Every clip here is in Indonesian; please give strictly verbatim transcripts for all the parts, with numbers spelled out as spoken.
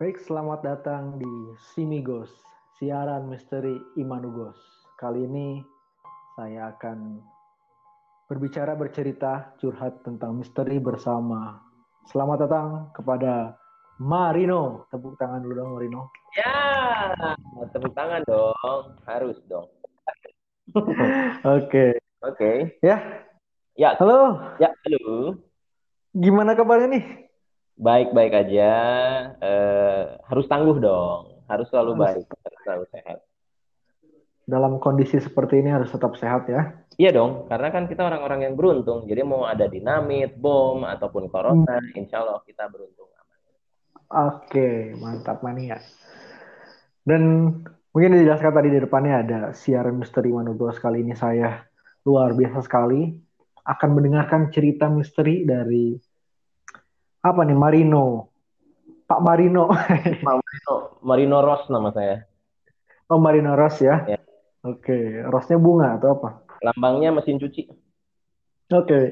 Baik, selamat datang di Simigos, siaran misteri Imanugos. Kali ini saya akan berbicara, bercerita, curhat tentang misteri bersama. Selamat datang kepada Marino. Tepuk tangan dulu dong, Marino. Ya, tepuk tangan dong. Harus dong. Oke, Oke. ya. Ya, Halo, ya, halo. gimana kabarnya nih? Baik-baik aja. Eh, harus tangguh dong. Harus selalu Harus baik. Harus selalu sehat. dalam kondisi seperti ini harus tetap sehat ya. Iya dong, karena kan kita orang-orang yang beruntung. Jadi mau ada dinamit, bom, ataupun Hmm, corona, insya Allah kita beruntung. Oke, mantap mania. Dan mungkin dijelaskan tadi di depannya ada siaran misteri Manugos. Kali ini saya luar biasa sekali akan mendengarkan cerita misteri dari apa nih Marino, Pak Marino. Marino, Marino Ross nama saya. Oh, Marino Ros ya. Ya, Oke, Rosnya bunga atau apa? lambangnya mesin cuci. Oke.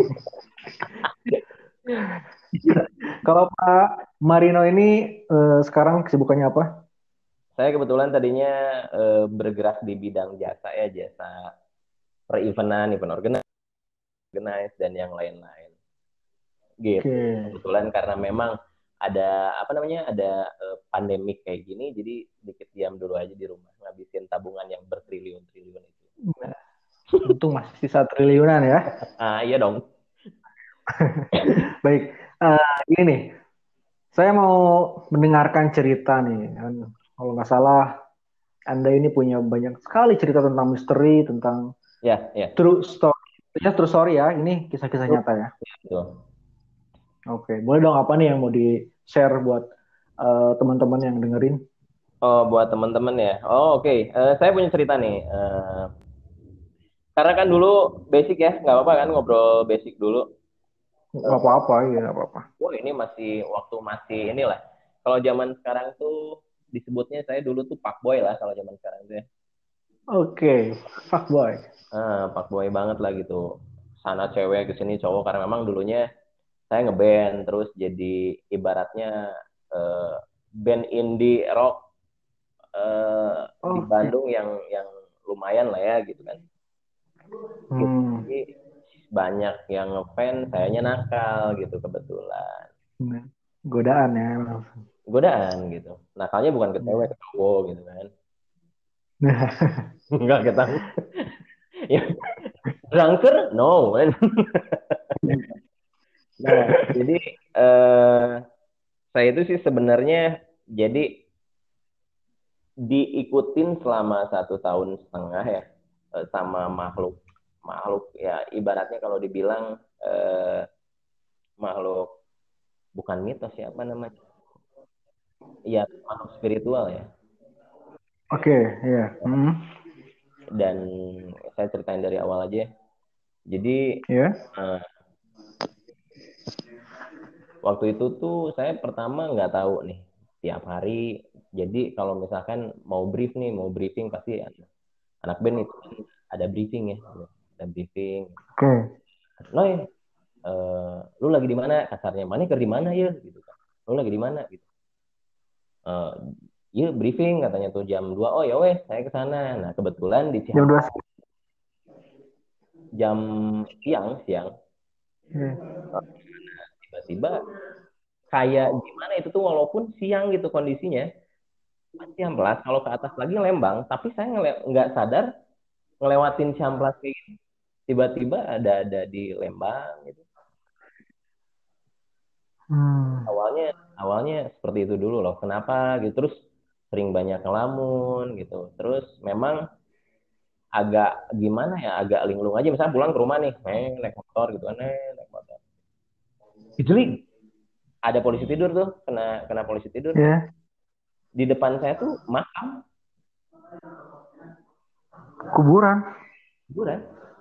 Kalau Pak Marino ini eh, sekarang kesibukannya apa? Saya kebetulan tadinya eh, bergerak di bidang jasa ya, jasa per-eventan, event organize, dan yang lain-lain. Gitu. Oke. Kebetulan karena memang ada apa namanya ada eh, pandemik kayak gini, jadi sedikit diam dulu aja di rumah, ngabisin tabungan yang bertriliun-triliun itu. Nah, untung masih sisa triliunan ya. Ah iya dong. Baik, eh, ini nih, saya mau mendengarkan cerita nih. Kan, kalau nggak salah, Anda ini punya banyak sekali cerita tentang misteri, tentang Ya, ya. true story. Ya, true story ya. Ini kisah-kisah nyata ya. Betul. Oke, boleh dong apa nih yang mau di-share buat eh, teman-teman yang dengerin? Oh, buat teman-teman ya. Oh, oke. Eh, saya punya cerita nih. Eh, karena kan dulu basic ya, nggak apa-apa kan ngobrol basic dulu. Nggak Eh, apa-apa, ya nggak apa-apa. wah, ini masih waktu masih inilah. Kalau zaman sekarang tuh disebutnya saya dulu tuh Pak Boy lah kalau zaman sekarang tuh ya. Oke, fuckboy. Ah, Pak Boy banget lah gitu. Sana cewek ke sini cowok karena memang dulunya saya ngeband terus jadi ibaratnya eh, band indie rock eh, di Oke. Bandung yang yang lumayan lah ya gitu kan. Gitu. Hmm. Jadi banyak yang ngefans, sayanya nakal gitu kebetulan. Nah, godaan ya. Godaan gitu. Nakalnya bukan ke cewek, Ya. ke cowok gitu kan. Nah, Enggak ketahui. Ya, drunker? No, man. Nah, jadi eh, saya itu sih sebenarnya jadi diikutin selama satu tahun setengah ya eh, sama makhluk makhluk ya ibaratnya kalau dibilang eh, makhluk bukan mitos ya apa namanya ya makhluk spiritual ya Oke, ya. Hmm. dan saya ceritain dari awal aja jadi Ya. eh, waktu itu tuh saya pertama nggak tahu nih tiap hari jadi kalau misalkan mau brief nih mau briefing pasti anak band itu kan ada briefing ya ada briefing Oke. Noy eh, lu lagi di mana kasarnya mana kerja di mana ya gitu kan lu lagi di mana gitu eh ya briefing katanya tuh jam dua oh ya weh saya ke sana nah kebetulan di Jam dua. Cihampelas jam siang siang Ya. eh, tiba-tiba kayak gimana itu tuh walaupun siang gitu kondisinya pas Cihampelas kalau ke atas lagi Lembang tapi saya ngele- nggak sadar ngelewatin Cihampelas kayak gitu tiba-tiba ada ada di Lembang gitu Hmm. awalnya awalnya seperti itu dulu loh kenapa gitu terus sering banyak ngelamun gitu terus memang agak gimana ya agak linglung aja misalnya pulang ke rumah nih eh, naik motor gitu kan eh, naik motor Ijlik ada polisi tidur tuh kena kena polisi tidur Ya. di depan saya tuh makam Kuburan. kuburan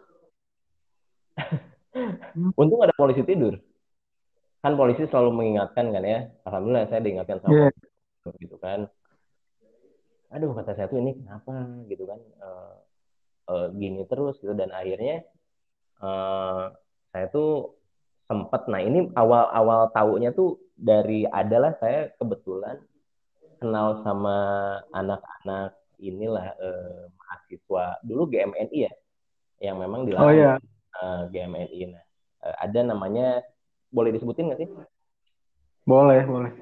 Hmm. untung ada polisi tidur kan polisi selalu mengingatkan kan ya alhamdulillah saya diingatkan sama Ya. polisi gitu kan aduh kata saya tuh ini kenapa gitu kan eh, eh, gini terus gitu dan akhirnya eh, saya tuh sempat nah ini awal-awal taunya tuh dari adalah saya kebetulan kenal sama anak-anak inilah eh, mahasiswa dulu G M N I ya, yang memang Oh dilarang ya, eh, G M N I. Nah, eh, ada namanya, boleh disebutin nggak sih? boleh, boleh.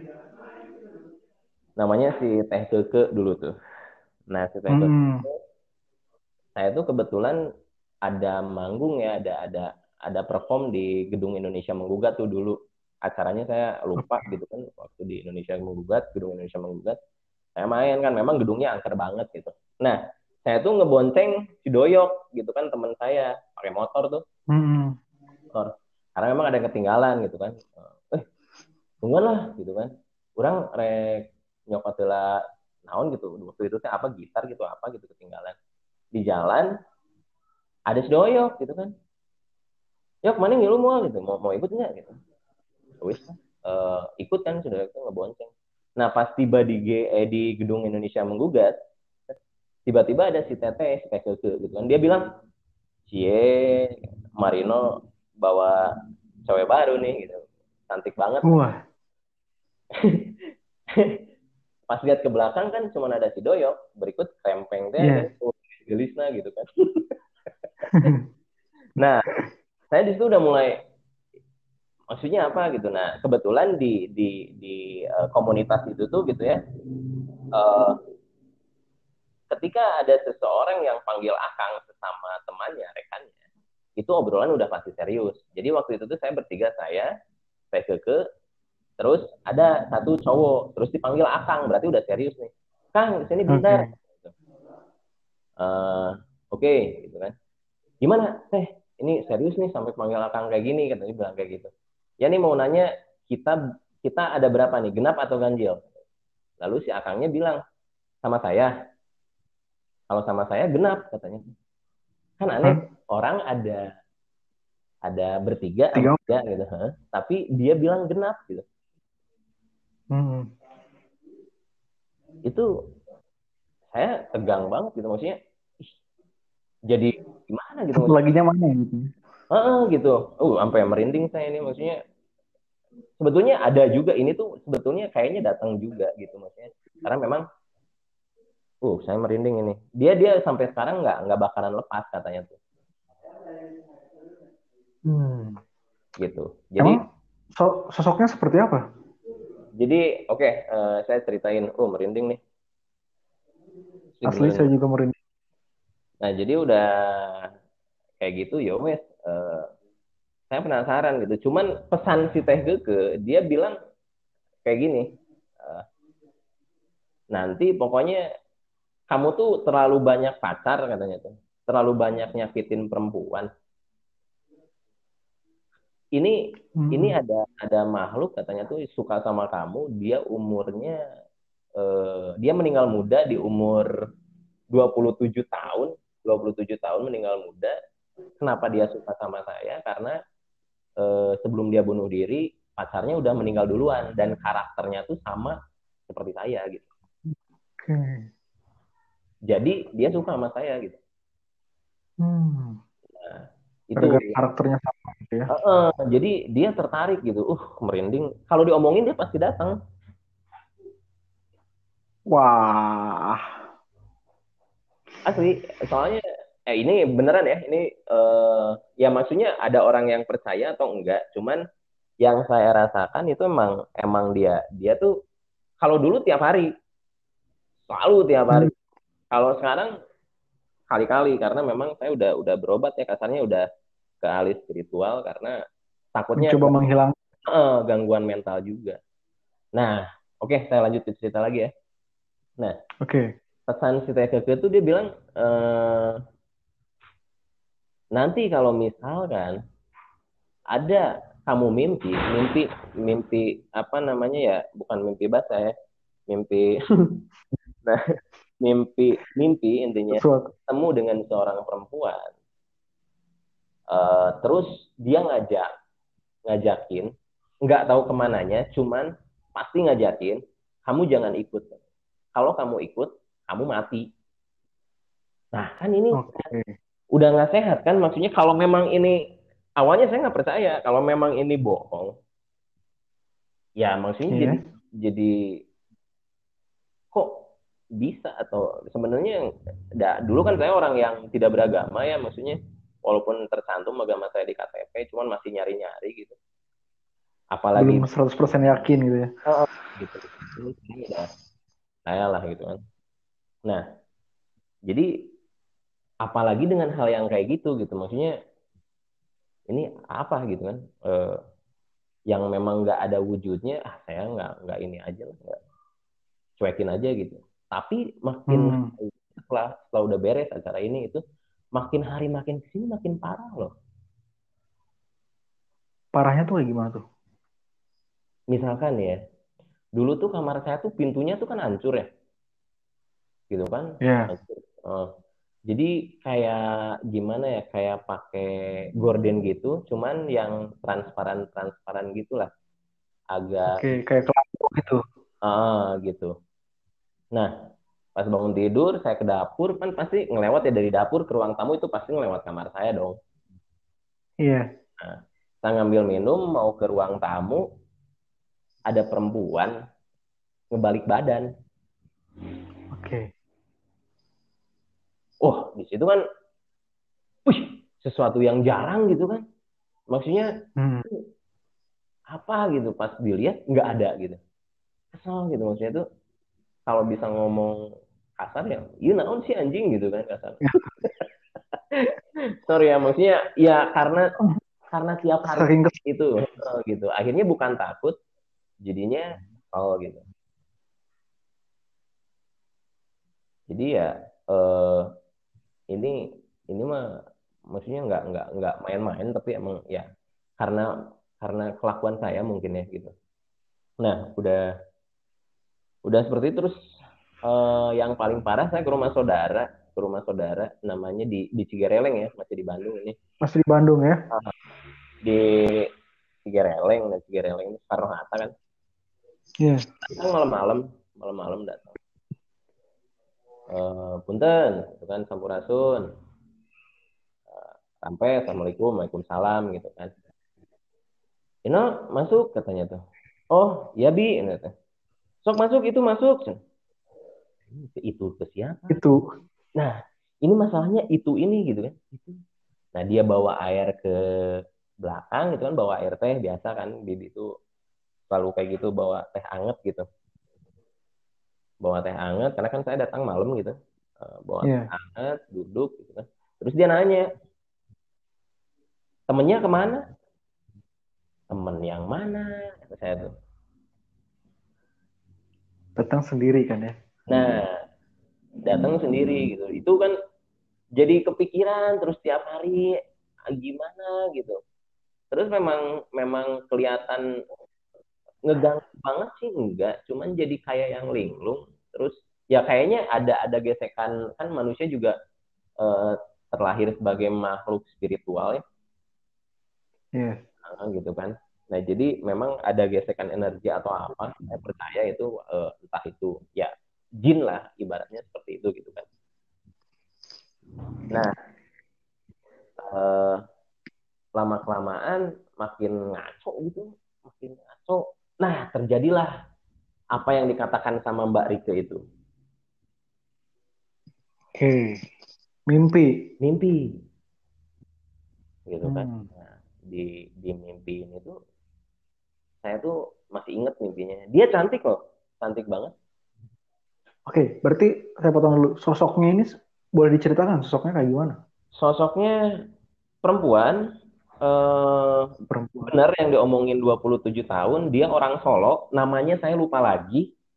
Namanya si Teh Keke dulu tuh. Nah, si Teh Keke, Hmm, saya tuh kebetulan ada manggung ya, ada ada ada perform di Gedung Indonesia Menggugat tuh dulu. Acaranya saya lupa gitu kan, waktu di Indonesia Menggugat, Gedung Indonesia Menggugat. Saya main kan, memang gedungnya angker banget gitu. Nah, saya tuh ngebonceng si Doyok gitu kan, teman saya pakai motor tuh, hmm, motor. Karena memang ada yang ketinggalan gitu kan. Eh, tungguan lah gitu kan. Orang rek nyokot lah naon gitu. Waktu itu teh apa, gitar gitu apa gitu ketinggalan. Di jalan ada si Doyok gitu kan. Yok mana ngilu mau gitu, mau mau ikut nggak gitu. Wis uh, ikut kan, sudah itu ngebonceng. Nah pas tiba di G, eh, di Gedung Indonesia Menggugat, tiba-tiba ada si Teteh, si Teteh gitu kan. Dia bilang, cie Marino bawa cewek baru nih gitu, cantik banget. wah, Pas lihat ke belakang kan cuma ada si Doyok, berikut krempeng teh kan, iya, gelisna gitu kan. Nah saya di situ udah mulai, maksudnya apa gitu. Nah kebetulan di di di uh, komunitas itu tuh gitu ya, uh, ketika ada seseorang yang panggil akang sesama temannya, rekannya, itu obrolan udah pasti serius. Jadi waktu itu tuh saya bertiga, saya, saya Keke, terus ada satu cowok, terus dipanggil akang, berarti udah serius nih. Kang, sini bentar. oke. Uh, Oke, okay, gitu kan. Gimana, teh? Ini serius nih sampai panggil akang kayak gini, katanya bilang kayak gitu. Ya nih mau nanya, kita kita ada berapa nih, genap atau ganjil? Lalu si akangnya bilang, sama saya. Kalau sama saya genap katanya. Kan aneh, Hah? orang ada ada bertiga sama Tiga. tiga gitu, huh? Tapi dia bilang genap gitu. Hmm. Itu saya tegang banget gitu, maksudnya jadi gimana gitu Satu maksudnya. laginya mana gitu? Heeh, gitu. Uh, sampai merinding saya ini, maksudnya sebetulnya ada juga ini tuh, sebetulnya kayaknya datang juga gitu maksudnya. Karena memang uh saya merinding ini. Dia dia sampai sekarang nggak nggak bakalan lepas katanya tuh. Hmm. Gitu. Jadi Emang so- sosoknya seperti apa? jadi oke, okay, uh, saya ceritain, uh merinding nih. Si Asli beneran. saya juga merinding. Nah, jadi udah kayak gitu ya wes, uh, saya penasaran gitu. Cuman pesan si Teh Geke, dia bilang kayak gini, uh, nanti pokoknya kamu tuh terlalu banyak pacar katanya tuh, terlalu banyak nyakitin perempuan. Ini ini Hmm. ada ada makhluk katanya tuh suka sama kamu, dia umurnya uh, dia meninggal muda di umur dua puluh tujuh tahun, dua puluh tujuh tahun meninggal muda. Kenapa dia suka sama saya? Karena eh, sebelum dia bunuh diri, pacarnya udah meninggal duluan dan karakternya tuh sama seperti saya gitu. Oke. Jadi dia suka sama saya gitu. Hmm. Nah, itu Gara-gara karakternya sama gitu ya. uh, uh, jadi dia tertarik gitu. Uh, merinding. Kalau diomongin dia pasti datang. Wah. Asli. Soalnya eh ini beneran ya. Ini eh, ya maksudnya ada orang yang percaya atau enggak. Cuman yang saya rasakan itu emang emang dia dia tuh kalau dulu tiap hari, selalu tiap hari. Hmm. Kalau sekarang kali-kali, karena memang saya udah udah berobat ya, kasarnya udah ke ahli spiritual karena takutnya Mencoba menghilang. eh, gangguan mental juga. Nah, oke, okay, saya lanjut ke cerita lagi ya. Nah, Oke. pesan si Teh Keke itu dia bilang, eh, nanti kalau misalkan ada kamu mimpi, mimpi, mimpi apa namanya ya, bukan mimpi basah ya, mimpi, nah, mimpi, mimpi intinya Sesuatu. ketemu dengan seorang perempuan, eh, terus dia ngajak, ngajakin, nggak tahu kemananya, cuman pasti ngajakin, kamu jangan ikut. Kalau kamu ikut, kamu mati. Nah, kan ini Oke. udah nggak sehat kan? Maksudnya kalau memang ini, awalnya saya nggak percaya, kalau memang ini bohong, ya maksudnya jadi Iya. jadi kok bisa, atau sebenarnya da, dulu kan saya orang yang tidak beragama ya, maksudnya walaupun tercantum agama saya di K T P, cuman masih nyari-nyari gitu. Belum Apalagi seratus persen yakin gitu ya. oh, gitu. Ini udah saya lah gitu kan. Nah, jadi apalagi dengan hal yang kayak gitu gitu, maksudnya ini apa gitu kan? Eh, yang memang nggak ada wujudnya, ah saya nggak nggak ini aja lah, nggak cuekin aja gitu. Tapi makin Hmm. setelah setelah udah beres acara ini itu, makin hari makin kesini makin parah loh. Parahnya tuh kayak gimana tuh? Misalkan ya, dulu tuh kamar saya tuh pintunya tuh kan hancur ya, gitu kan? Ya. Hancur. Eh, jadi kayak gimana ya, kayak pakai gorden gitu, cuman yang transparan transparan gitulah, agak Oke, kayak kelambu gitu. ah gitu. Nah, pas bangun tidur, saya ke dapur, kan pasti ngelewat ya dari dapur ke ruang tamu, itu pasti ngelewat kamar saya dong. Iya. Nah, saya ngambil minum, mau ke ruang tamu, ada perempuan ngebalik badan. Oke. Oh, di situ kan, wih, sesuatu yang jarang gitu kan. Maksudnya, Hmm. apa gitu, pas dilihat, nggak ada gitu. Kesel gitu, maksudnya tuh, kalau bisa ngomong kasar ya, you naon sih anjing gitu kan, kasar. Sorry ya, maksudnya, ya karena karena tiap hari Saking kes itu eh, gitu, akhirnya bukan takut, jadinya oh gitu. Jadi ya eh, ini ini mah maksudnya nggak nggak nggak main-main, tapi emang ya karena karena kelakuan saya mungkin ya gitu. Nah, udah udah seperti itu. Terus eh, yang paling parah, saya ke rumah saudara, ke rumah saudara namanya di di Cigareleng ya, masih di Bandung ini. masih di Bandung ya. Ah, di Cigareleng, dan Cigareleng itu Soekarno Hatta kan. Iya. Datang malam-malam, malam-malam datang. Eh, punten, itu kan sampurasun. Sampai assalamualaikum, waalaikumsalam gitu kan. Ino masuk katanya tuh. Oh ya bi, gitu. Sok masuk itu masuk. Itu ke siapa? Itu. Nah, ini masalahnya itu ini gitu kan. Itu. Nah, dia bawa air ke belakang gitu kan, bawa air teh biasa kan, bibi itu selalu kayak gitu, bawa teh anget gitu. Bawa teh anget karena kan saya datang malam gitu. Eh, bawa teh Iya. anget, duduk gitu kan. Terus dia nanya, temennya kemana? Temen yang mana? Kata saya tuh. Datang sendiri kan ya. Nah, datang sendiri gitu. Itu kan jadi kepikiran terus tiap hari, ah, gimana gitu. Terus memang memang kelihatan ngeganggu banget sih enggak, cuman jadi kayak yang linglung. Terus ya kayaknya ada ada gesekan, kan manusia juga eh, terlahir sebagai makhluk spiritual ya, Iya. nah, gitu kan. Nah, jadi memang ada gesekan energi atau apa, saya percaya itu eh, entah itu ya jin lah ibaratnya, seperti itu gitu kan. Nah, eh, lama kelamaan makin ngaco gitu, makin ngaco. Nah, terjadilah apa yang dikatakan sama Mbak Rike itu, Oke. Mimpi. mimpi gitu kan. Hmm. Nah, di di mimpi ini tuh saya tuh masih inget mimpinya, dia cantik loh, cantik banget. Oke, berarti saya potong dulu. Sosoknya ini boleh diceritakan sosoknya kayak gimana? Sosoknya perempuan, eh, Perempuan. benar yang diomongin dua puluh tujuh tahun, dia orang Solo, namanya saya lupa lagi.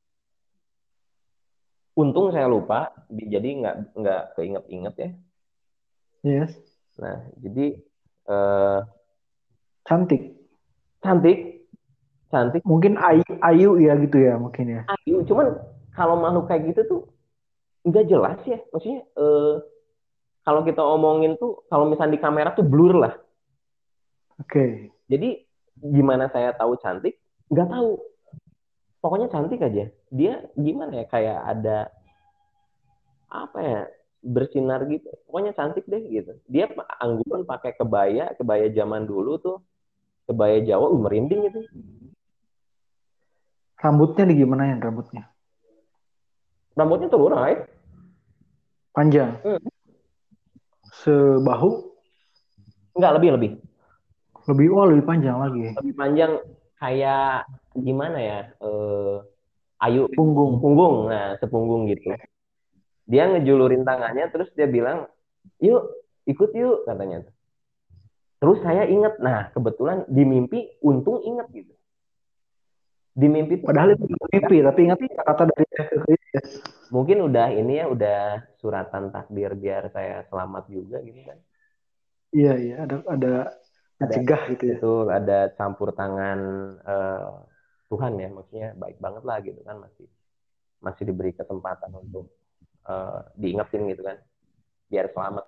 Untung saya lupa, jadi nggak nggak keinget-inget ya. Yes. Nah, jadi eh, Cantik. cantik, cantik, Mungkin ayu, ayu ya gitu ya mungkin ya. ayu. Cuman kalau makhluk kayak gitu tuh nggak jelas ya. Maksudnya eh, kalau kita omongin tuh, kalau misalnya di kamera tuh blur lah. Oke. Jadi gimana saya tahu cantik? Nggak tahu. Pokoknya cantik aja. Dia gimana ya? Kayak ada apa ya? Bersinar gitu. Pokoknya cantik deh gitu. Dia anggupan pakai kebaya, kebaya zaman dulu tuh, kebaya Jawa, uh, merinding itu. Rambutnya digimanain rambutnya? Rambutnya terurai. Panjang. Hmm. Sebahu. Enggak, lebih lebih Lebih, oh lebih panjang lagi. lebih panjang, kayak gimana ya? Eh, ayu Punggung. punggung, nah sepunggung gitu. Dia ngejulurin tangannya, terus dia bilang, yuk ikut yuk katanya. Terus saya ingat, nah kebetulan di mimpi untung ingat gitu. Di mimpi tuh Padahal itu mimpi, tapi ingat kata dari Chris ya. mungkin udah ini ya, udah suratan takdir biar saya selamat juga gitu kan. Iya, iya, ada ada Ada mencegah gitu ya. itu ada campur tangan eh, Tuhan ya, maksudnya baik banget lah gitu kan, masih masih diberi kesempatan untuk eh, diingetin gitu kan biar selamat.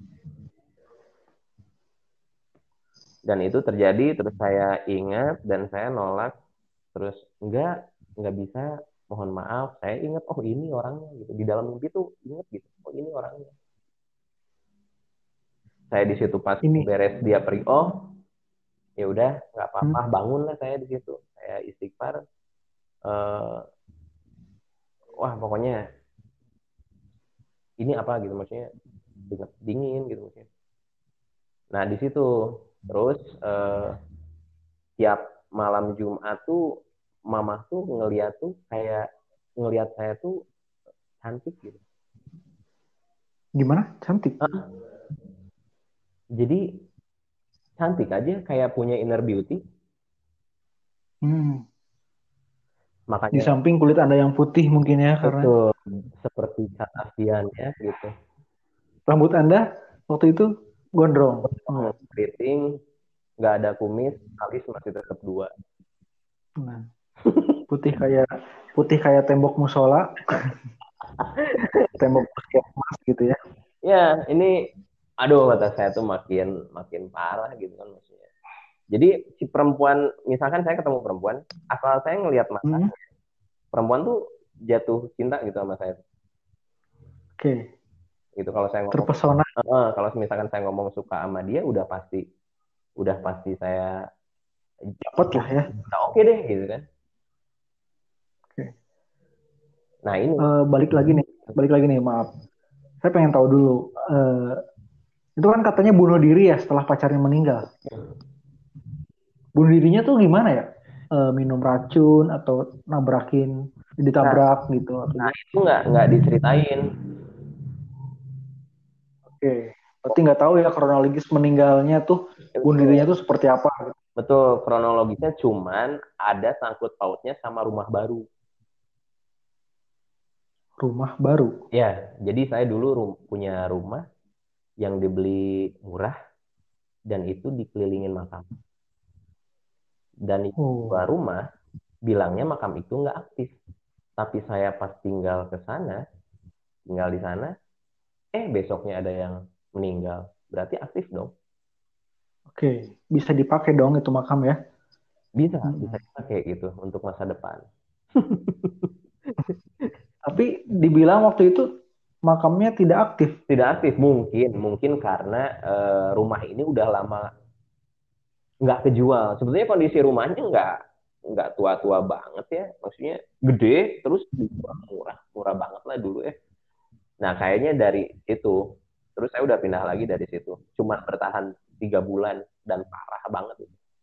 Dan itu terjadi, terus saya ingat dan saya nolak, terus enggak enggak bisa, mohon maaf, saya ingat oh ini orangnya gitu, di dalam mimpi tuh ingat gitu, oh ini orangnya. Saya di situ pas Ini. beres dia pergi, oh ya udah nggak Hmm, apa-apa, bangun lah saya di situ, saya istighfar. Eh, wah pokoknya ini apa gitu, maksudnya dingin gitu maksudnya. Nah di situ terus eh, tiap malam Jumat tuh mama tuh ngeliat tuh kayak ngeliat saya tuh cantik gitu. gimana? Cantik. Ah, jadi cantik aja, kayak punya inner beauty. Hmm. Di Makanya samping kulit Anda yang putih mungkin ya, karena itu seperti Cat Avian ya gitu. rambut Anda waktu itu gondrong. Oh, Enggak. keriting, nggak ada kumis, alis masih tetap dua. Nah, putih kayak putih kayak tembok musola, tembok puskesmas gitu ya. Ya ini, aduh kata saya tuh makin makin parah gitu kan maksudnya. Jadi si perempuan, misalkan saya ketemu perempuan, asal saya ngelihat mata, Hmm, perempuan tuh jatuh cinta gitu sama saya. oke. Gitu kalau saya ngomong, Terpesona. eh, kalau misalkan saya ngomong suka sama dia, udah pasti udah pasti saya Dapat lah ya. udah oke deh gitu kan. Oke. Nah ini Eh, balik lagi nih, balik lagi nih, maaf. Saya pengen tahu dulu. eh, itu kan katanya bunuh diri ya setelah pacarnya meninggal. Bunuh dirinya tuh gimana ya? Eh, minum racun atau nabrakin, nah, ditabrak gitu atau nah gimana? itu nggak nggak diceritain. Oke. Berarti nggak tahu ya kronologis meninggalnya tuh, bunuh dirinya Betul, tuh seperti apa gitu. betul kronologisnya, cuman ada sangkut pautnya sama rumah baru. Rumah baru. Ya, jadi saya dulu rum- punya rumah yang dibeli murah dan itu dikelilingin makam. Dan itu dua Oh, rumah bilangnya makam itu nggak aktif. Tapi saya pas tinggal ke sana, tinggal di sana, eh besoknya ada yang meninggal. Berarti aktif dong. oke. Bisa dipakai dong itu makam ya. Bisa, bisa Mm-mm. dipakai gitu untuk masa depan. Tapi dibilang waktu itu makamnya tidak aktif. Tidak aktif mungkin, mungkin karena eh, rumah ini udah lama nggak kejual. Sebetulnya kondisi rumahnya nggak nggak tua-tua banget ya, maksudnya gede, terus dijual murah, murah banget lah dulu ya. Nah kayaknya dari itu, terus saya udah pindah lagi dari situ. Cuman bertahan tiga bulan dan parah banget.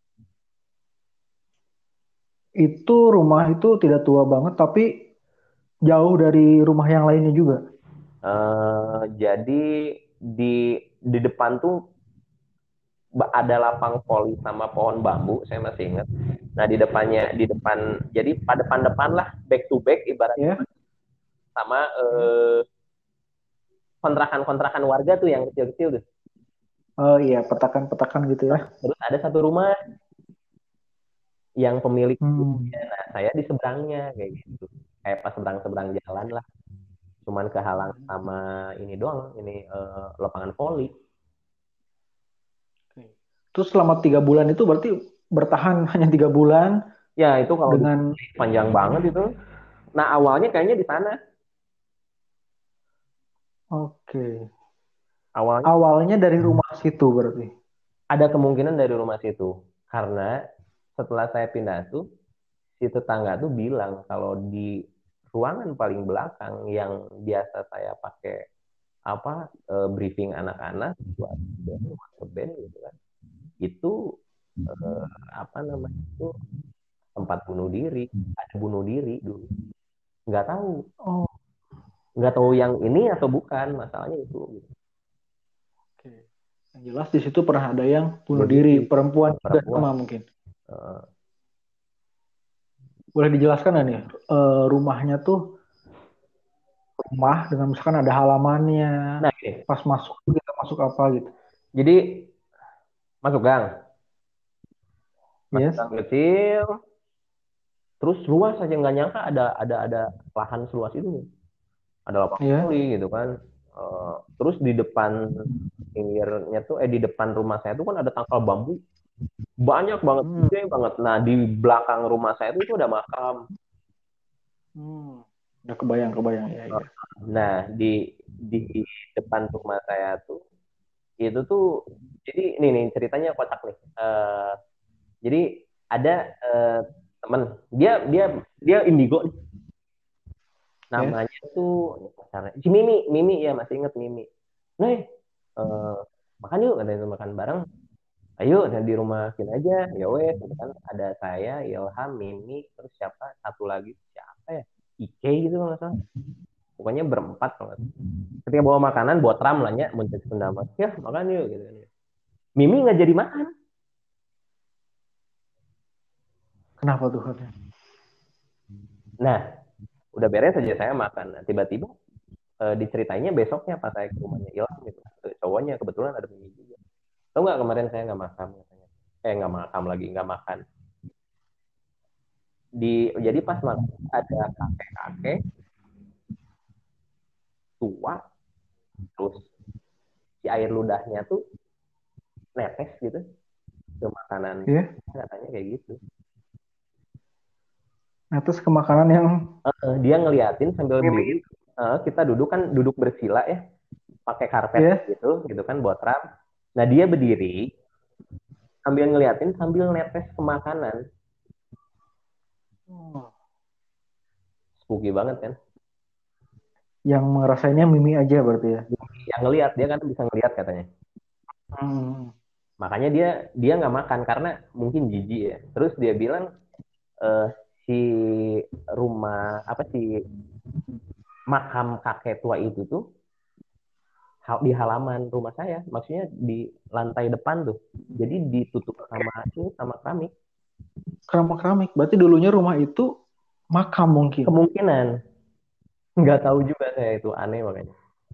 Itu rumah itu tidak tua banget, tapi jauh dari rumah yang lainnya juga. Eh, jadi di di depan tuh ada lapang voli sama pohon bambu, saya masih ingat. Nah di depannya, di depan, jadi pada depan-depan lah, back to back ibaratnya, Ya. sama eh, kontrakan-kontrakan warga tuh yang kecil-kecil tuh. Oh iya, petakan-petakan gitu ya. Terus ada satu rumah yang pemilik, Hmm. nah saya di seberangnya kayak gitu, kayak pas seberang-seberang jalan lah, cuman kehalang sama ini doang, ini eh, lapangan voli. Oke. Terus selama tiga bulan itu berarti bertahan hanya tiga bulan Ya itu kalau di dengan panjang banget itu. Nah awalnya kayaknya di sana, oke. awalnya Awalnya dari rumah situ berarti. ada kemungkinan dari rumah situ, karena setelah saya pindah tuh, si tetangga tuh bilang kalau di ruangan paling belakang yang biasa saya pakai apa eh, briefing anak-anak buat band, buat band gitu kan. Itu eh, apa namanya itu tempat bunuh diri, ada bunuh diri dulu. Nggak tahu, Oh, nggak tahu yang ini atau bukan, masalahnya itu. Gitu. oke. Yang jelas di situ pernah ada yang bunuh Bunuh diri, diri, perempuan juga perempuan. sama mungkin. Eh, Boleh dijelaskan nggak nih, eh, rumahnya tuh rumah dengan misalkan ada halamannya, nah, gini. pas masuk kita masuk apa gitu. Jadi masuk gang, masuk Yes. gang kecil, terus luas aja nggak nyangka ada ada ada lahan seluas itu nih. Ada lapang Iya. voli gitu kan. Eh, terus di depan pinggirnya tuh, eh di depan rumah saya tuh kan ada tangkal bambu banyak banget, Hmm. gede banget. Nah di belakang rumah saya tuh itu ada makam. Hmm. Udah kebayang, kebayang ya, ya. Nah di di depan rumah saya tuh itu tuh jadi ini nih ceritanya kocak nih. Eh, jadi ada eh, temen dia dia dia indigo nih. Yes. Namanya tuh si Mimi Mimi ya masih inget Mimi. Nih eh, makan yuk katanya tuh, makan bareng. Ayo nah di rumah sini aja ya wes gitu kan, ada saya Ilham Mimi terus siapa satu lagi siapa ya Ike gitu kalau nggak salah, pokoknya berempat kalau nggak salah. Ketika bawa makanan buat ram lah ya muncul pendapat ya makan yuk gitu kan. Mimi nggak jadi makan. Kenapa tuh katanya? Nah udah beres aja saya makan. Nah, tiba-tiba eh, diceritainnya besoknya pas saya ke rumahnya Ilham gitu, cowoknya kebetulan ada Mimi juga. Tahu nggak kemarin saya nggak makan katanya. Eh nggak makan lagi nggak makan. Di jadi pas makan ada kakek-kakek tua, terus si air ludahnya tuh netes gitu ke makanan, Iya. katanya kayak gitu. Nah, terus ke makanan yang Eh, dia ngeliatin sambil Mimi berdiri. itu. Eh, kita duduk kan duduk bersila ya, pakai karpet Iya. gitu gitu kan buat ram. Nah dia berdiri sambil ngeliatin sambil netes ke makanan. Oh. Spooky banget kan. Yang ngerasainnya Mimi aja berarti ya. Yang ngeliat dia kan bisa ngeliat katanya. Hmm. Makanya dia dia nggak makan karena mungkin jijik ya. Terus dia bilang eh, si rumah apa sih makam kakek tua itu tuh di halaman rumah saya, maksudnya di lantai depan tuh. Jadi ditutup sama ini sama keramik. Keramik-keramik. Berarti dulunya rumah itu makam mungkin. Kemungkinan nggak tahu juga saya, itu aneh makanya.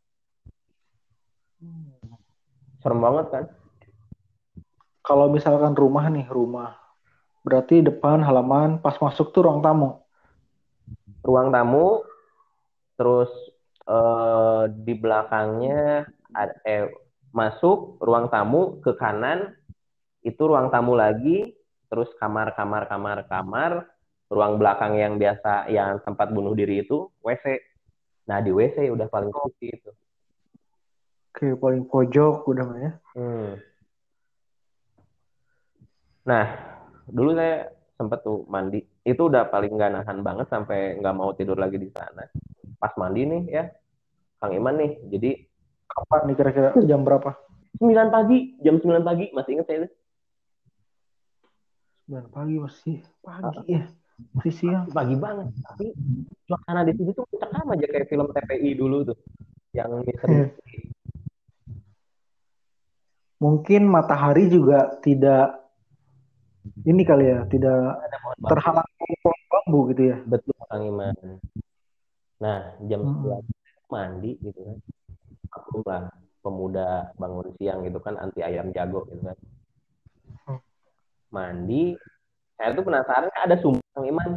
Hmm. Serem banget kan? Kalau misalkan rumah nih, rumah. Berarti depan halaman pas masuk tuh ruang tamu. Ruang tamu, terus eh, di belakangnya ada, eh, masuk ruang tamu ke kanan itu ruang tamu lagi, terus kamar kamar kamar kamar, ruang belakang yang biasa yang tempat bunuh diri itu W C. Nah di W C udah paling spooky itu. Oke, paling pojok udah mah ya. Hmm. Nah dulu saya sempet tuh mandi, itu udah paling nggak nahan banget sampai nggak mau tidur lagi di sana. Pas mandi nih ya Kang Iman nih, jadi Kapan nih kira-kira jam berapa? sembilan pagi, jam sembilan pagi masih inget saya itu. sembilan pagi masih pagi ya. Masih siang. Pagi banget, tapi suasana di situ tuh cekam aja kayak film T P I dulu tuh yang misteri. Mungkin matahari juga tidak ini kali ya, tidak Ada pohon bambu. terhalang pohon bambu gitu ya. Betul Kang Iman. Nah, jam Hmm. sebelas mandi gitu kan. Aku lah pemuda bangun siang gitu kan, anti ayam jago gitu kan. Mandi, saya tuh penasaran ada sumur Kang Iman.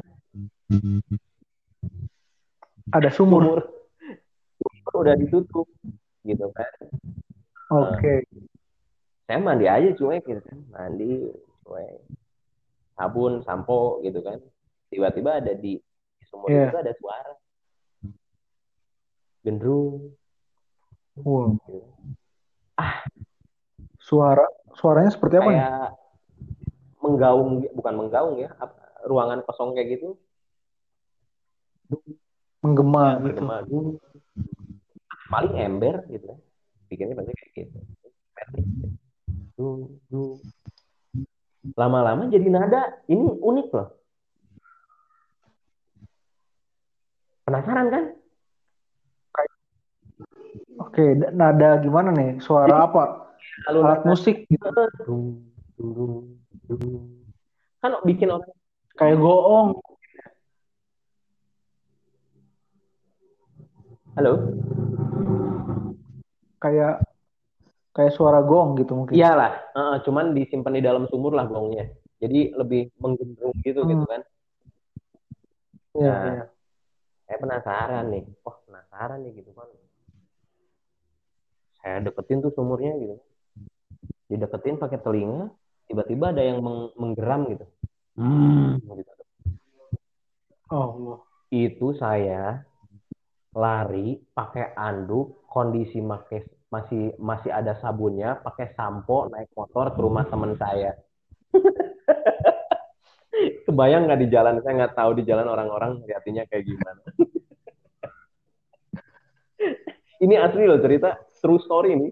Ada sumur. Sumur, sumur udah ditutup gitu kan. Eh, Oke. saya mandi aja cuek gitu kan. Mandi cuek. Sabun, sampo gitu kan. Tiba-tiba ada di, di sumur itu tuh Ya. ada suara gendrung Wow. gitu. Ah, Suara suaranya seperti apa nih? kayak menggaung, bukan menggaung ya, ruangan kosong kayak gitu. menggema Ya gitu. bergema gung, paling ember gitu kan, bikinnya pasti kayak gitu. Dung, dung. Lama-lama jadi nada, ini unik loh, penasaran kan? Oke, d- nada gimana nih? Suara Jadi apa? alunan Alat nada, musik gitu. dung, dung, dung, dung. Kan bikin orang, Kayak goong, halo. kayak kayak suara gong gitu mungkin. Iyalah, uh, cuman disimpan di dalam sumur lah gongnya. Jadi lebih menggendrung gitu gitu Hmm, kan. iya, Nah, iya. saya penasaran nih. Wah, penasaran nih gitu kan. Saya deketin tuh sumurnya gitu. Dideketin pakai telinga, tiba-tiba ada yang meng- menggeram gitu. Hmm, gitu. Oh, Itu saya lari pakai anduk, kondisi make, masih masih ada sabunnya, pakai sampo, naik motor ke rumah teman saya. Kebayang nggak di jalan? Saya nggak tahu di jalan orang-orang lihatnya kayak gimana. Ini asli loh cerita, true story ini.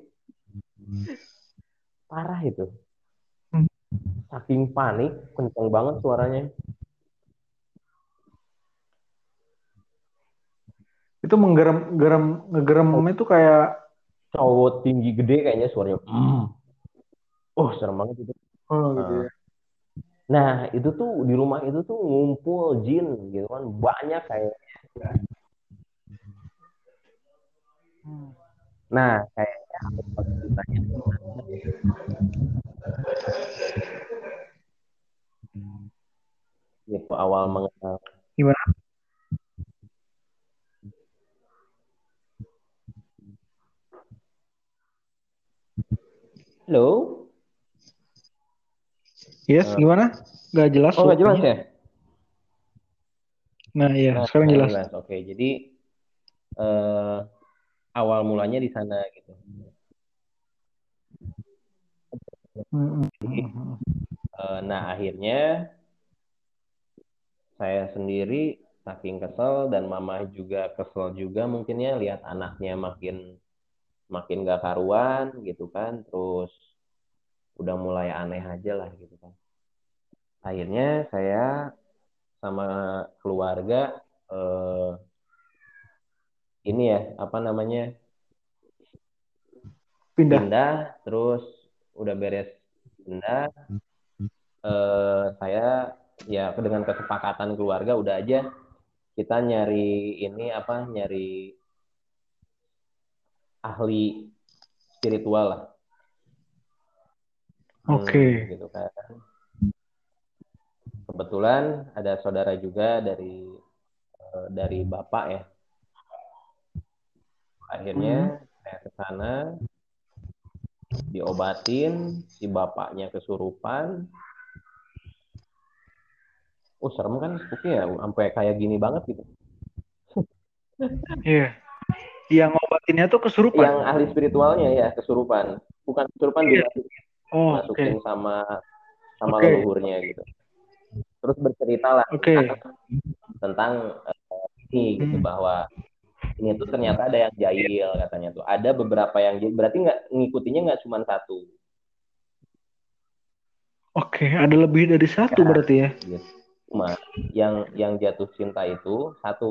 Parah itu. hmm. Saking panik, kenceng banget suaranya. Itu menggerem, gerem, ngegerem itu kayak, Cowok tinggi gede kayaknya suaranya. Mm. Oh, serem banget itu. oh gitu Nah, ya. nah, itu tuh di rumah itu tuh ngumpul jin gitu kan. Banyak kayak. Hmm. Nah, kayaknya kalau ditanya gitu awal mengenal. Gimana? Halo? Yes, Eh, gimana? Gak jelas oh, nggak jelas suaranya. ya? Nah, iya, Nah, sekarang nggak jelas. jelas. Oke, jadi eh, awal mulanya di sana gitu. Hmm, hmm, Jadi, hmm, hmm. eh, nah akhirnya saya sendiri saking kesel dan mama juga kesel juga mungkin ya lihat anaknya makin makin gak karuan gitu kan, terus udah mulai aneh aja lah gitu kan. Akhirnya saya sama keluarga eh, ini ya apa namanya Pindah. pindah, terus udah beres pindah, eh, saya ya dengan kesepakatan keluarga udah aja kita nyari ini apa nyari ahli spiritual lah. Hmm, Oke. gitu kan. Kebetulan ada saudara juga dari eh, dari bapak ya. Akhirnya Hmm. saya ke sana diobatin, si bapaknya kesurupan. Oh serem kan spooky ya, sampai kayak gini banget gitu. Iya. Yang ngobatinnya tuh kesurupan. Yang ahli spiritualnya ya kesurupan, bukan kesurupan Iya. dimasukin, Oh, dimasukin oke. sama sama Oke. leluhurnya gitu. Terus bercerita lah tentang Oke. tentang eh, ini gitu Hmm. bahwa ini tuh ternyata ada yang jahil katanya tuh. Ada beberapa yang jahil. Berarti nggak ngikutinnya nggak cuma satu. Oke, ada lebih dari satu Ya, berarti ya. gitu. Cuma yang yang jatuh cinta itu satu.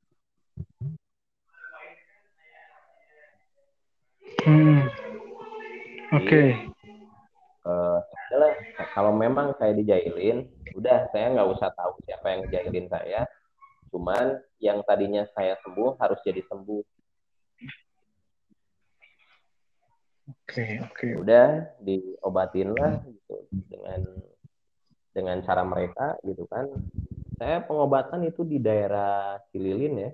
Hmm. Jadi Oke. eh, adalah kalau memang saya dijahilin, udah saya nggak usah tahu siapa yang ngejahilin saya. Cuman yang tadinya saya sembuh harus jadi sembuh. Oke, oke. Ya udah diobatin lah gitu dengan dengan cara mereka gitu kan. Saya pengobatan itu di daerah Cililin ya.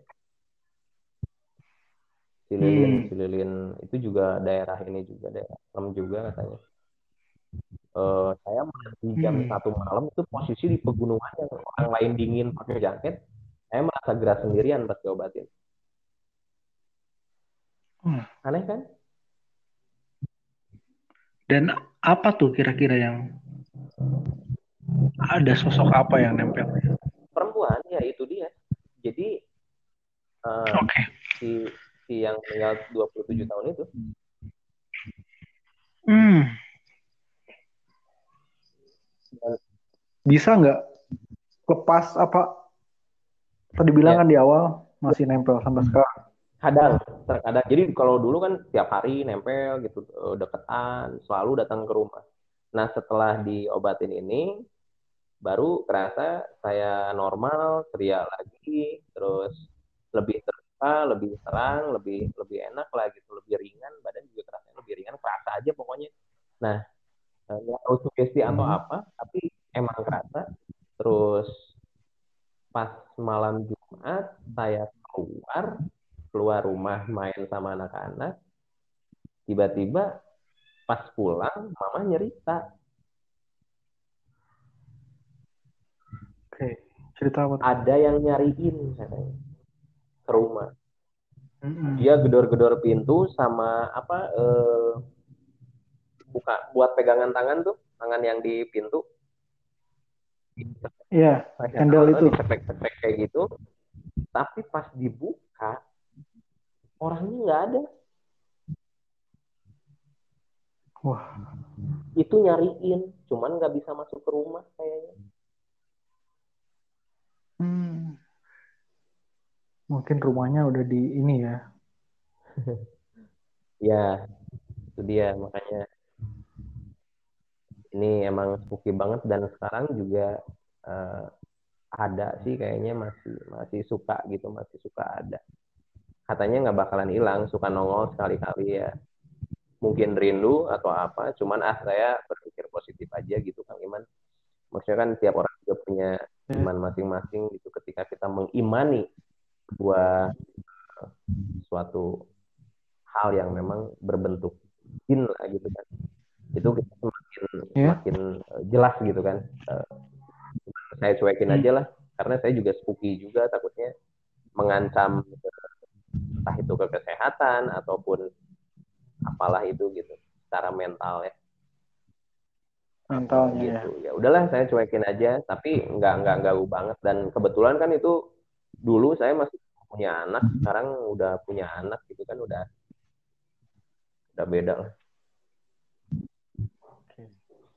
Cililin, Hmm. Cililin itu juga daerah ini juga daerah serem juga katanya. Eh, saya mandi jam Hmm. satu malam itu posisi di pegunungan yang orang lain dingin pakai jaket, saya merasa gerah sendirian pas diobatin. Hmm. Aneh kan? Dan apa tuh kira-kira yang ada sosok apa yang nempel? Perempuan ya itu dia. Jadi uh, Oke. si si yang tinggal dua puluh tujuh tahun itu. Hmm. Dan, Bisa nggak lepas apa tadi bilang ya, kan di awal masih nempel sampai sekarang? kadang terkadang. Jadi kalau dulu kan tiap hari nempel gitu, eh, deketan, selalu datang ke rumah. Nah setelah diobatin ini, baru kerasa saya normal, ceria lagi, terus lebih terbuka, lebih terang, lebih lebih enak lah gitu, lebih ringan, badan juga kerasa lebih ringan, kerasa aja pokoknya. Nah, eh, nggak tahu sugesti atau Hmm. apa, tapi emang kerasa. Terus pas malam Jumat saya keluar keluar rumah main sama anak-anak, tiba-tiba pas pulang mama nyerita Oke. Cerita apa tuh? ada yang nyariin katanya ke rumah. Mm-mm. Dia gedor-gedor pintu sama apa, eh, buka buat pegangan tangan tuh, tangan yang di pintu Iya, saya handle tahu itu. diceplek-ceplek kayak gitu, tapi pas dibuka orangnya nggak ada. Wah, Itu nyariin cuman nggak bisa masuk ke rumah kayaknya. hmm. Mungkin rumahnya udah di ini ya. Ya itu dia, makanya ini emang spooky banget. Dan sekarang juga eh, ada sih kayaknya, masih masih suka gitu, masih suka ada, katanya nggak bakalan hilang, suka nongol sekali-kali ya, mungkin rindu atau apa. Cuman ah saya berpikir positif aja gitu Kang Iman, maksudnya kan tiap orang juga punya Ya. iman masing-masing gitu. Ketika kita mengimani sebuah suatu hal yang memang berbentuk jin lah gitu kan, itu kita semakin Ya. semakin eh, jelas gitu kan. Eh, saya cuekin Hmm. aja lah, karena saya juga spooky juga, takutnya mengancam entah itu ke kesehatan ataupun apalah itu gitu, secara mental ya. Eh, Mentalnya ya. gitu ya udahlah saya cuekin aja, tapi nggak nggak ganggu banget. Dan kebetulan kan itu dulu saya masih punya anak, sekarang udah punya anak gitu kan, udah udah beda lah. Oke.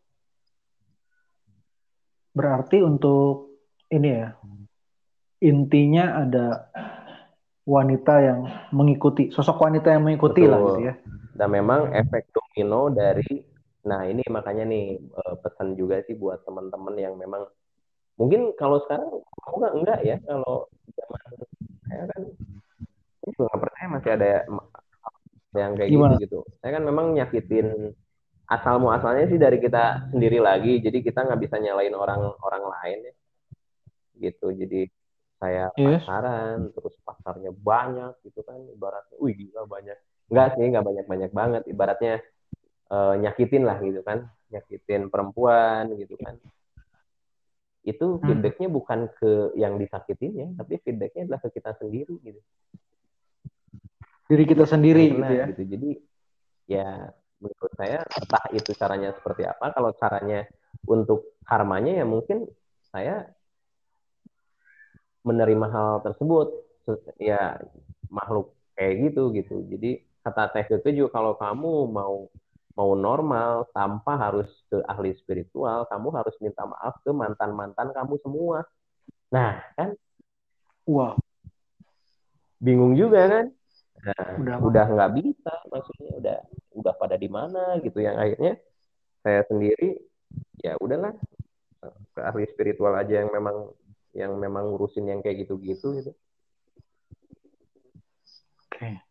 Berarti untuk ini ya, intinya ada wanita yang mengikuti, sosok wanita yang mengikuti lah gitu Betul. ya. Dan memang efek domino dari, nah ini makanya nih, eh, pesan juga sih buat teman-teman yang memang mungkin kalau sekarang enggak enggak ya, kalau zaman saya kan saya juga nggak percaya masih ada yang kayak gitu Gimana? gitu. Saya kan memang nyakitin, asal muasalnya sih dari kita sendiri lagi, jadi kita nggak bisa nyalain orang orang lain ya gitu. Jadi saya Yes. pacaran terus pasarnya banyak gitu kan, ibaratnya wih gila banyak, nggak sih nggak banyak banyak banget, ibaratnya eh, nyakitin lah gitu kan, nyakitin perempuan gitu kan. Itu Hmm. feedbacknya bukan ke yang disakitin ya, tapi feedbacknya adalah ke kita sendiri gitu, Diri kita yang sendiri kena gitu ya. gitu. Jadi ya menurut saya entah itu caranya seperti apa. Kalau caranya untuk karmanya ya mungkin saya menerima hal tersebut, ya makhluk kayak gitu gitu. Jadi kata Teh itu juga, kalau kamu mau mau normal tanpa harus ke ahli spiritual, kamu harus minta maaf ke mantan mantan kamu semua. Nah kan Wah, bingung juga kan. Nah, udah udah mah. nggak bisa, maksudnya udah udah pada di mana gitu, yang akhirnya saya sendiri ya udahlah, ke ahli spiritual aja yang memang yang memang ngurusin yang kayak gitu-gitu gitu. Oke,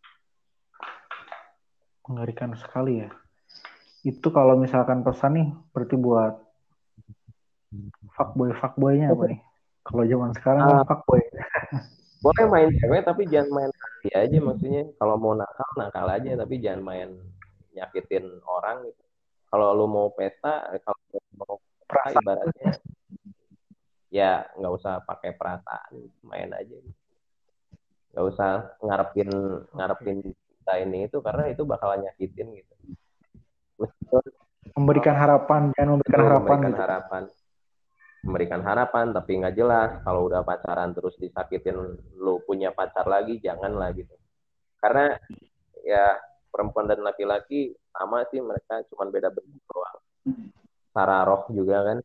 mengerikan sekali ya. Itu kalau misalkan pesan nih, berarti buat fuckboy fuckboynya apa nih? Kalau zaman sekarang kan Ah, fuckboy. boleh main cewek tapi jangan main hati aja, maksudnya kalau mau nakal nakal aja tapi jangan main nyakitin orang gitu. Kalau lu mau pesta, kalau mau pesta Perasaan. ibaratnya ya nggak usah pakai perasaan, main aja, nggak usah ngarepin Oke. ngarepin kita ini itu, karena itu bakalan nyakitin gitu. Meskipun Memberikan harapan, jangan memberikan betul harapan memberikan gitu ya. harapan. memberikan harapan tapi nggak jelas. Kalau udah pacaran terus disakitin, lu punya pacar lagi, janganlah gitu. Karena ya perempuan dan laki-laki sama sih, mereka cuma beda bentuk doang. Secara roh juga kan.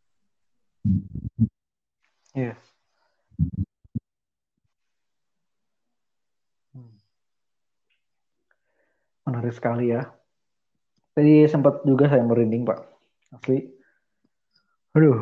Iya. Hmm. Menarik sekali ya. Tadi sempat juga saya merinding, Pak. Asli. Aduh.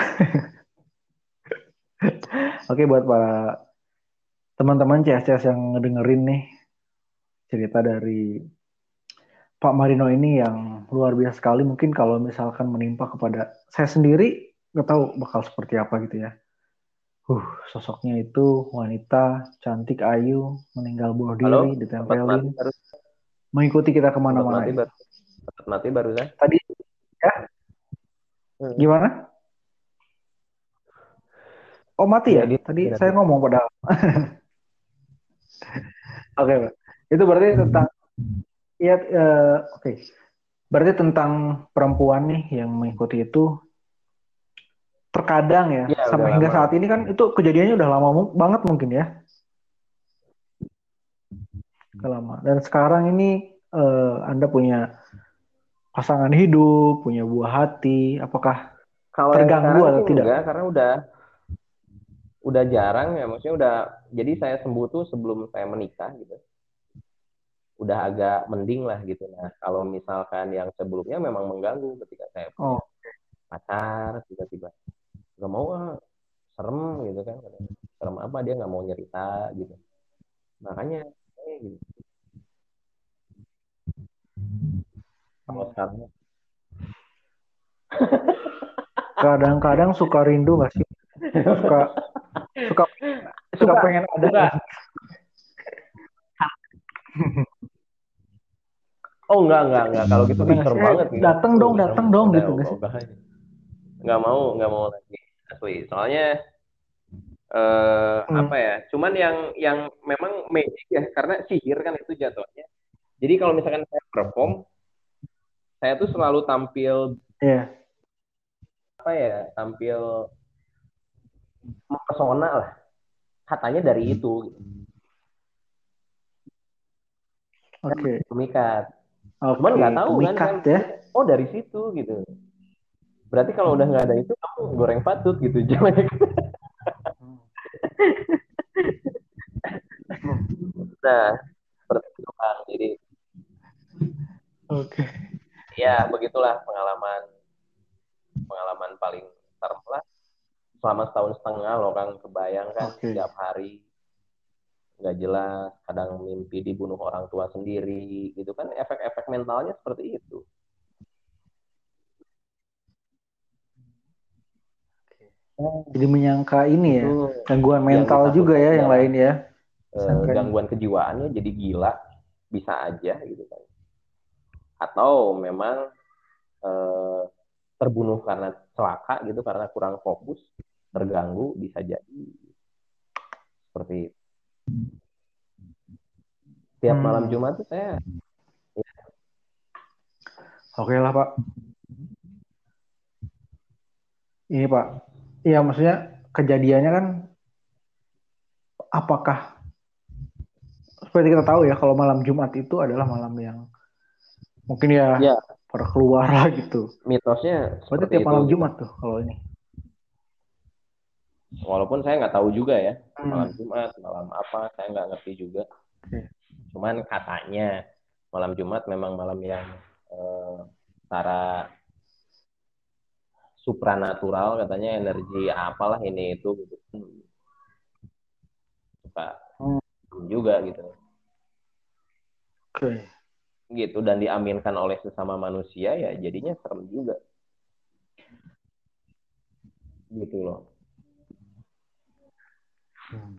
Oke, buat para teman-teman C S C S yang ngedengerin nih cerita dari Pak Marino ini yang luar biasa sekali. Mungkin kalau misalkan menimpa kepada saya sendiri, nggak tahu bakal seperti apa gitu ya. Uh, sosoknya itu wanita cantik, ayu, meninggal bunuh Halo, diri, sempat mati ditempelin, baru, mengikuti kita sempat kemana-mana mati ini. baru, sempat mati barusan. Tadi ya, Hmm. gimana? Oh mati Udah ya? edit Tadi nanti. saya ngomong padahal. Oke, Pak. Itu berarti tentang, ya, eh, oke. Berarti tentang perempuan nih yang mengikuti itu terkadang ya, Ya udah sampai hingga lama. saat ini kan itu kejadiannya udah lama mu- banget mungkin ya, udah lama. Dan sekarang ini eh, Anda punya pasangan hidup, punya buah hati, apakah Kalau yang terganggu sekarang atau sih tidak, enggak, Pak? karena udah udah jarang ya, maksudnya udah, jadi saya sembuh tuh sebelum saya menikah gitu, udah agak mending lah gitu. Nah kalau misalkan yang sebelumnya memang mengganggu ketika saya punya Oh, pacar tiba-tiba nggak mau, ah, serem gitu kan. Serem apa, dia nggak mau cerita gitu, makanya eh, gitu. Kalau hmm. sekarang Kadang-kadang suka rindu nggak sih? Suka suka suka suka pengen ada suka nggak sih? oh enggak enggak enggak, kalau gitu Pernah ih, nggak sih? serem Eh, banget gitu. datang Oh dong, serem, datang dong udah gitu nggak sih? ogah aja. Nggak mau, nggak mau lagi asli, soalnya eh, Hmm, apa ya, cuman yang yang memang magic ya, karena sihir kan itu jatuhnya. Jadi kalau misalkan saya perform, saya tuh selalu tampil, ya, apa ya, tampil mempesona lah, katanya dari itu gitu. Saya oke, memikat, cuman oke, nggak tahu kan pemikat saya ya. mikirnya, oh dari situ gitu. Berarti kalau udah nggak ada itu, kamu goreng patut gitu jangan. Hmm. Nah seperti itu kan, jadi Oke, ya begitulah pengalaman, pengalaman paling serem lah selama setahun setengah loh kan. Kebayang kan oke. tiap hari nggak jelas, kadang mimpi dibunuh orang tua sendiri gitu kan, efek-efek mentalnya seperti itu. Jadi menyangka ini ya, Itu gangguan yang mental juga ditakutkan ya yang ialah lain ya. eh, Sangkanya. gangguan kejiwaannya jadi gila, bisa aja gitu kan, atau memang eh, terbunuh karena celaka gitu, karena kurang fokus, terganggu, bisa jadi seperti itu. Tiap malam Hmm, Jumat tuh saya, oke lah Pak. Ini Pak, iya maksudnya kejadiannya kan, apakah seperti kita tahu ya kalau malam Jumat itu adalah malam yang mungkin ya ya pada keluar lah gitu. mitosnya Berarti seperti tiap itu malam gitu. Jumat tuh kalau ini. Walaupun saya nggak tahu juga ya, Hmm, malam Jumat, malam apa, saya nggak ngerti juga. oke. Cuman katanya malam Jumat memang malam yang eh, secara supranatural, katanya energi apalah ini itu gitu. Hmm, suka Hmm, juga gitu. oke. Gitu, dan diaminkan oleh sesama manusia ya jadinya serem juga gitu loh. Hmm.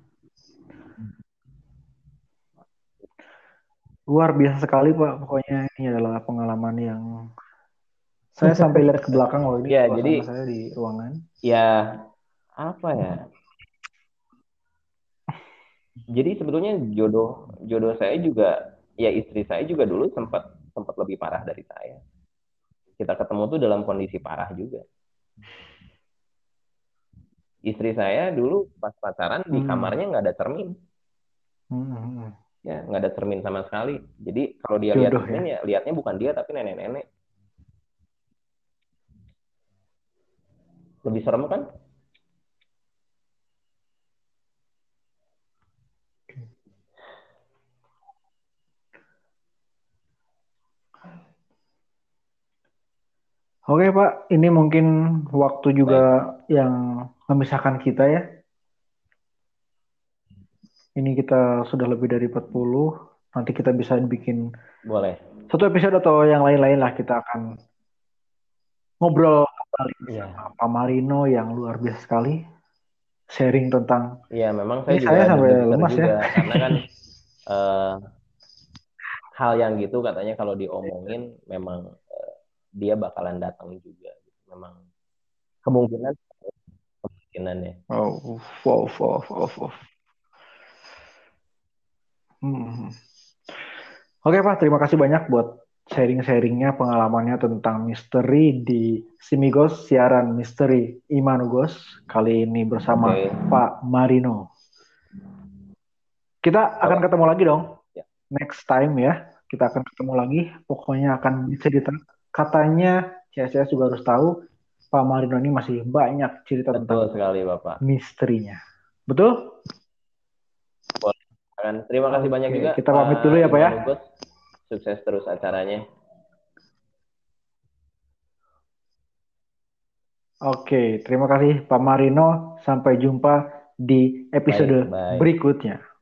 Luar biasa sekali Pak. Pokoknya ini adalah pengalaman yang saya sampai lihat ke belakang loh ini Ya suasana jadi saya di ruangan. ya apa ya, jadi sebetulnya jodoh jodoh saya juga, ya istri saya juga dulu sempat sempat lebih parah dari saya. Kita ketemu tuh dalam kondisi parah juga. Istri saya dulu pas pacaran di Hmm. kamarnya nggak ada cermin, Hmm. hmm, hmm. ya nggak ada cermin sama sekali. Jadi kalau dia lihat Jodoh cermin ya. ya lihatnya bukan dia tapi nenek-nenek. Lebih serem kan? Oke Pak, ini mungkin waktu juga Baik, yang memisahkan kita ya. Ini kita sudah lebih dari empat puluh. Nanti kita bisa bikin boleh. satu episode atau yang lain-lain lah. Kita akan ngobrol kembali bersama Iya, Pak Marino yang luar biasa sekali. Sharing tentang, iya memang saya ini juga saya sampai deg-deger lemas ya. juga karena kan eh, hal yang gitu katanya kalau diomongin memang eh, dia bakalan datang juga. Memang kemungkinan kemungkinannya. Oh, wow, wow, wow, wow. Hmm. Oke Pak, terima kasih banyak buat sharing-sharingnya, pengalamannya tentang misteri di Simigos, siaran misteri Imanugos, kali ini bersama Oke, Pak Marino. Kita akan boleh. ketemu lagi dong, Ya, next time ya. Kita akan ketemu lagi, pokoknya akan cerita. Katanya, C S S juga harus tahu, Pak Marino ini masih banyak cerita betul tentang sekali Bapak. misterinya. Betul? Boleh. Kan, terima kasih banyak Oke, juga kita pamit dulu Pak ya Pak ya. Imanugos. Sukses terus acaranya. Oke, terima kasih Pak Marino. Sampai jumpa di episode Baik, bye. berikutnya.